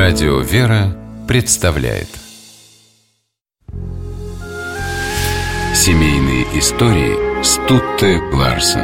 Радио «Вера» представляет семейные истории Стутте Ларсен.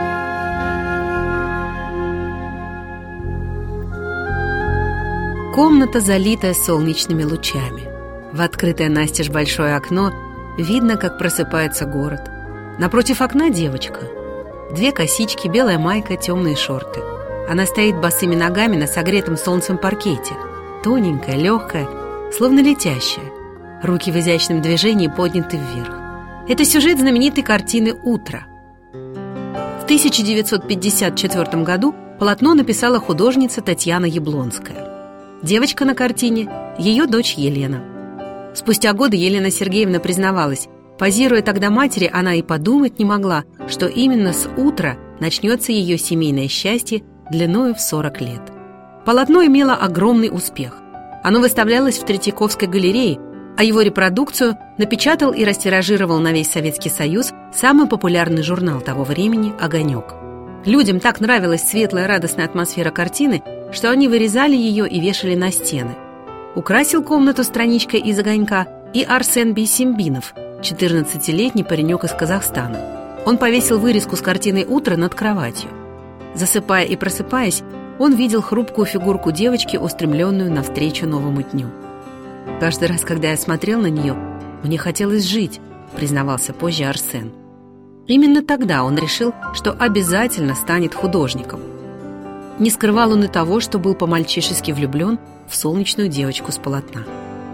Комната, залитая солнечными лучами. В открытое настежь большое окно видно, как просыпается город. Напротив окна девочка. 2 косички, белая майка, темные шорты. Она стоит босыми ногами на согретом солнцем паркете. Тоненькая, легкая, словно летящая. Руки в изящном движении подняты вверх. Это сюжет знаменитой картины «Утро». В 1954 году полотно написала художница Татьяна Яблонская. Девочка на картине – ее дочь Елена. Спустя годы Елена Сергеевна признавалась, позируя тогда матери, она и подумать не могла, что именно с утра начнется ее семейное счастье длиною в 40 лет. Полотно имело огромный успех. Оно выставлялось в Третьяковской галерее, а его репродукцию напечатал и растиражировал на весь Советский Союз самый популярный журнал того времени «Огонек». Людям так нравилась светлая, радостная атмосфера картины, что они вырезали ее и вешали на стены. Украсил комнату страничкой из «Огонька» и Арсен Бейсембинов, 14-летний паренек из Казахстана. Он повесил вырезку с картиной «Утро» над кроватью. Засыпая и просыпаясь, он видел хрупкую фигурку девочки, устремленную навстречу новому дню. «Каждый раз, когда я смотрел на нее, мне хотелось жить», признавался позже Арсен. Именно тогда он решил, что обязательно станет художником. Не скрывал он и того, что был по-мальчишески влюблен в солнечную девочку с полотна.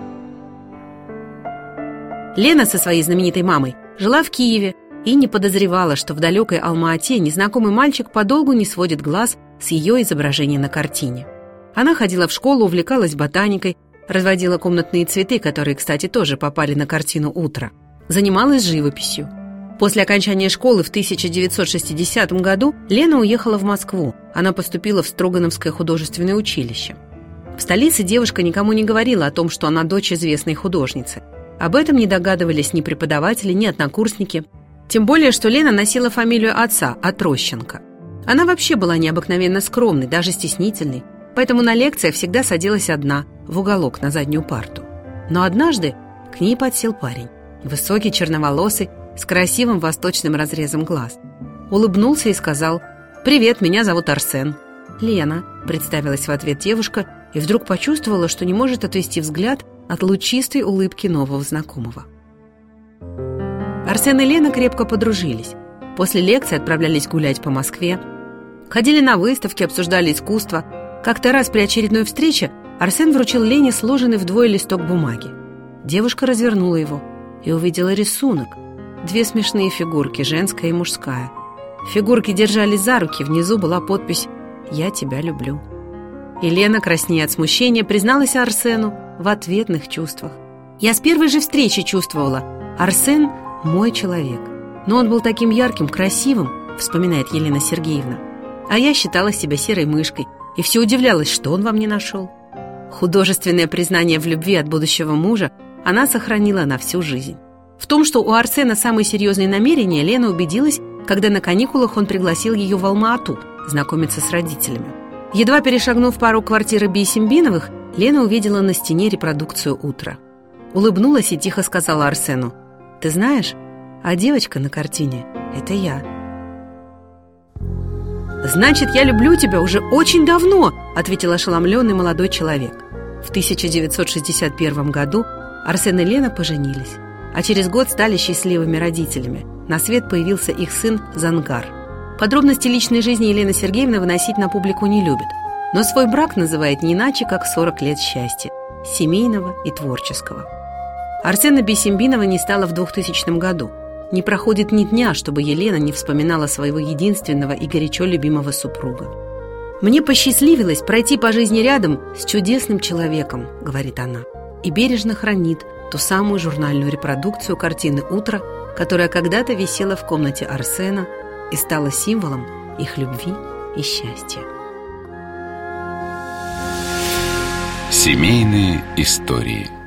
Лена со своей знаменитой мамой жила в Киеве и не подозревала, что в далекой Алма-Ате незнакомый мальчик подолгу не сводит глаз с ее изображения на картине. Она ходила в школу, увлекалась ботаникой, разводила комнатные цветы, которые, кстати, тоже попали на картину «Утро», занималась живописью. После окончания школы в 1960 году Лена уехала в Москву. Она поступила в Строгановское художественное училище. В столице девушка никому не говорила о том, что она дочь известной художницы. Об этом не догадывались ни преподаватели, ни однокурсники. Тем более, что Лена носила фамилию отца – Отрощенко. Она вообще была необыкновенно скромной, даже стеснительной, поэтому на лекциях всегда садилась одна, в уголок на заднюю парту. Но однажды к ней подсел парень, высокий, черноволосый, с красивым восточным разрезом глаз. Улыбнулся и сказал: «Привет, меня зовут Арсен». «Лена», — представилась в ответ девушка, и вдруг почувствовала, что не может отвести взгляд от лучистой улыбки нового знакомого. Арсен и Лена крепко подружились. После лекции отправлялись гулять по Москве. Ходили на выставки, обсуждали искусство. Как-то раз при очередной встрече Арсен вручил Лене сложенный вдвое листок бумаги. Девушка развернула его и увидела рисунок. 2 смешные фигурки, женская и мужская. Фигурки держались за руки, внизу была подпись «Я тебя люблю». И Лена, краснея от смущения, призналась Арсену в ответных чувствах. «Я с первой же встречи чувствовала, Арсен – мой человек. Но он был таким ярким, красивым», – вспоминает Елена Сергеевна. «А я считала себя серой мышкой и все удивлялась, что он во мне нашел». Художественное признание в любви от будущего мужа она сохранила на всю жизнь. В том, что у Арсена самые серьезные намерения, Лена убедилась, когда на каникулах он пригласил ее в Алма-Ату знакомиться с родителями. Едва перешагнув порог квартиры Бейсембиновых, Лена увидела на стене репродукцию «Утро». Улыбнулась и тихо сказала Арсену: «Ты знаешь, а девочка на картине – это я». «Значит, я люблю тебя уже очень давно», – ответил ошеломленный молодой человек. В 1961 году Арсен и Лена поженились, а через год стали счастливыми родителями. На свет появился их сын Зангар. Подробности личной жизни Елена Сергеевна выносить на публику не любит, но свой брак называет не иначе, как 40 лет счастья, семейного и творческого. Арсена Бейсембинова не стало в 2000 году. Не проходит ни дня, чтобы Елена не вспоминала своего единственного и горячо любимого супруга. «Мне посчастливилось пройти по жизни рядом с чудесным человеком», — говорит она, и бережно хранит ту самую журнальную репродукцию картины «Утро», которая когда-то висела в комнате Арсена и стала символом их любви и счастья. Семейные истории.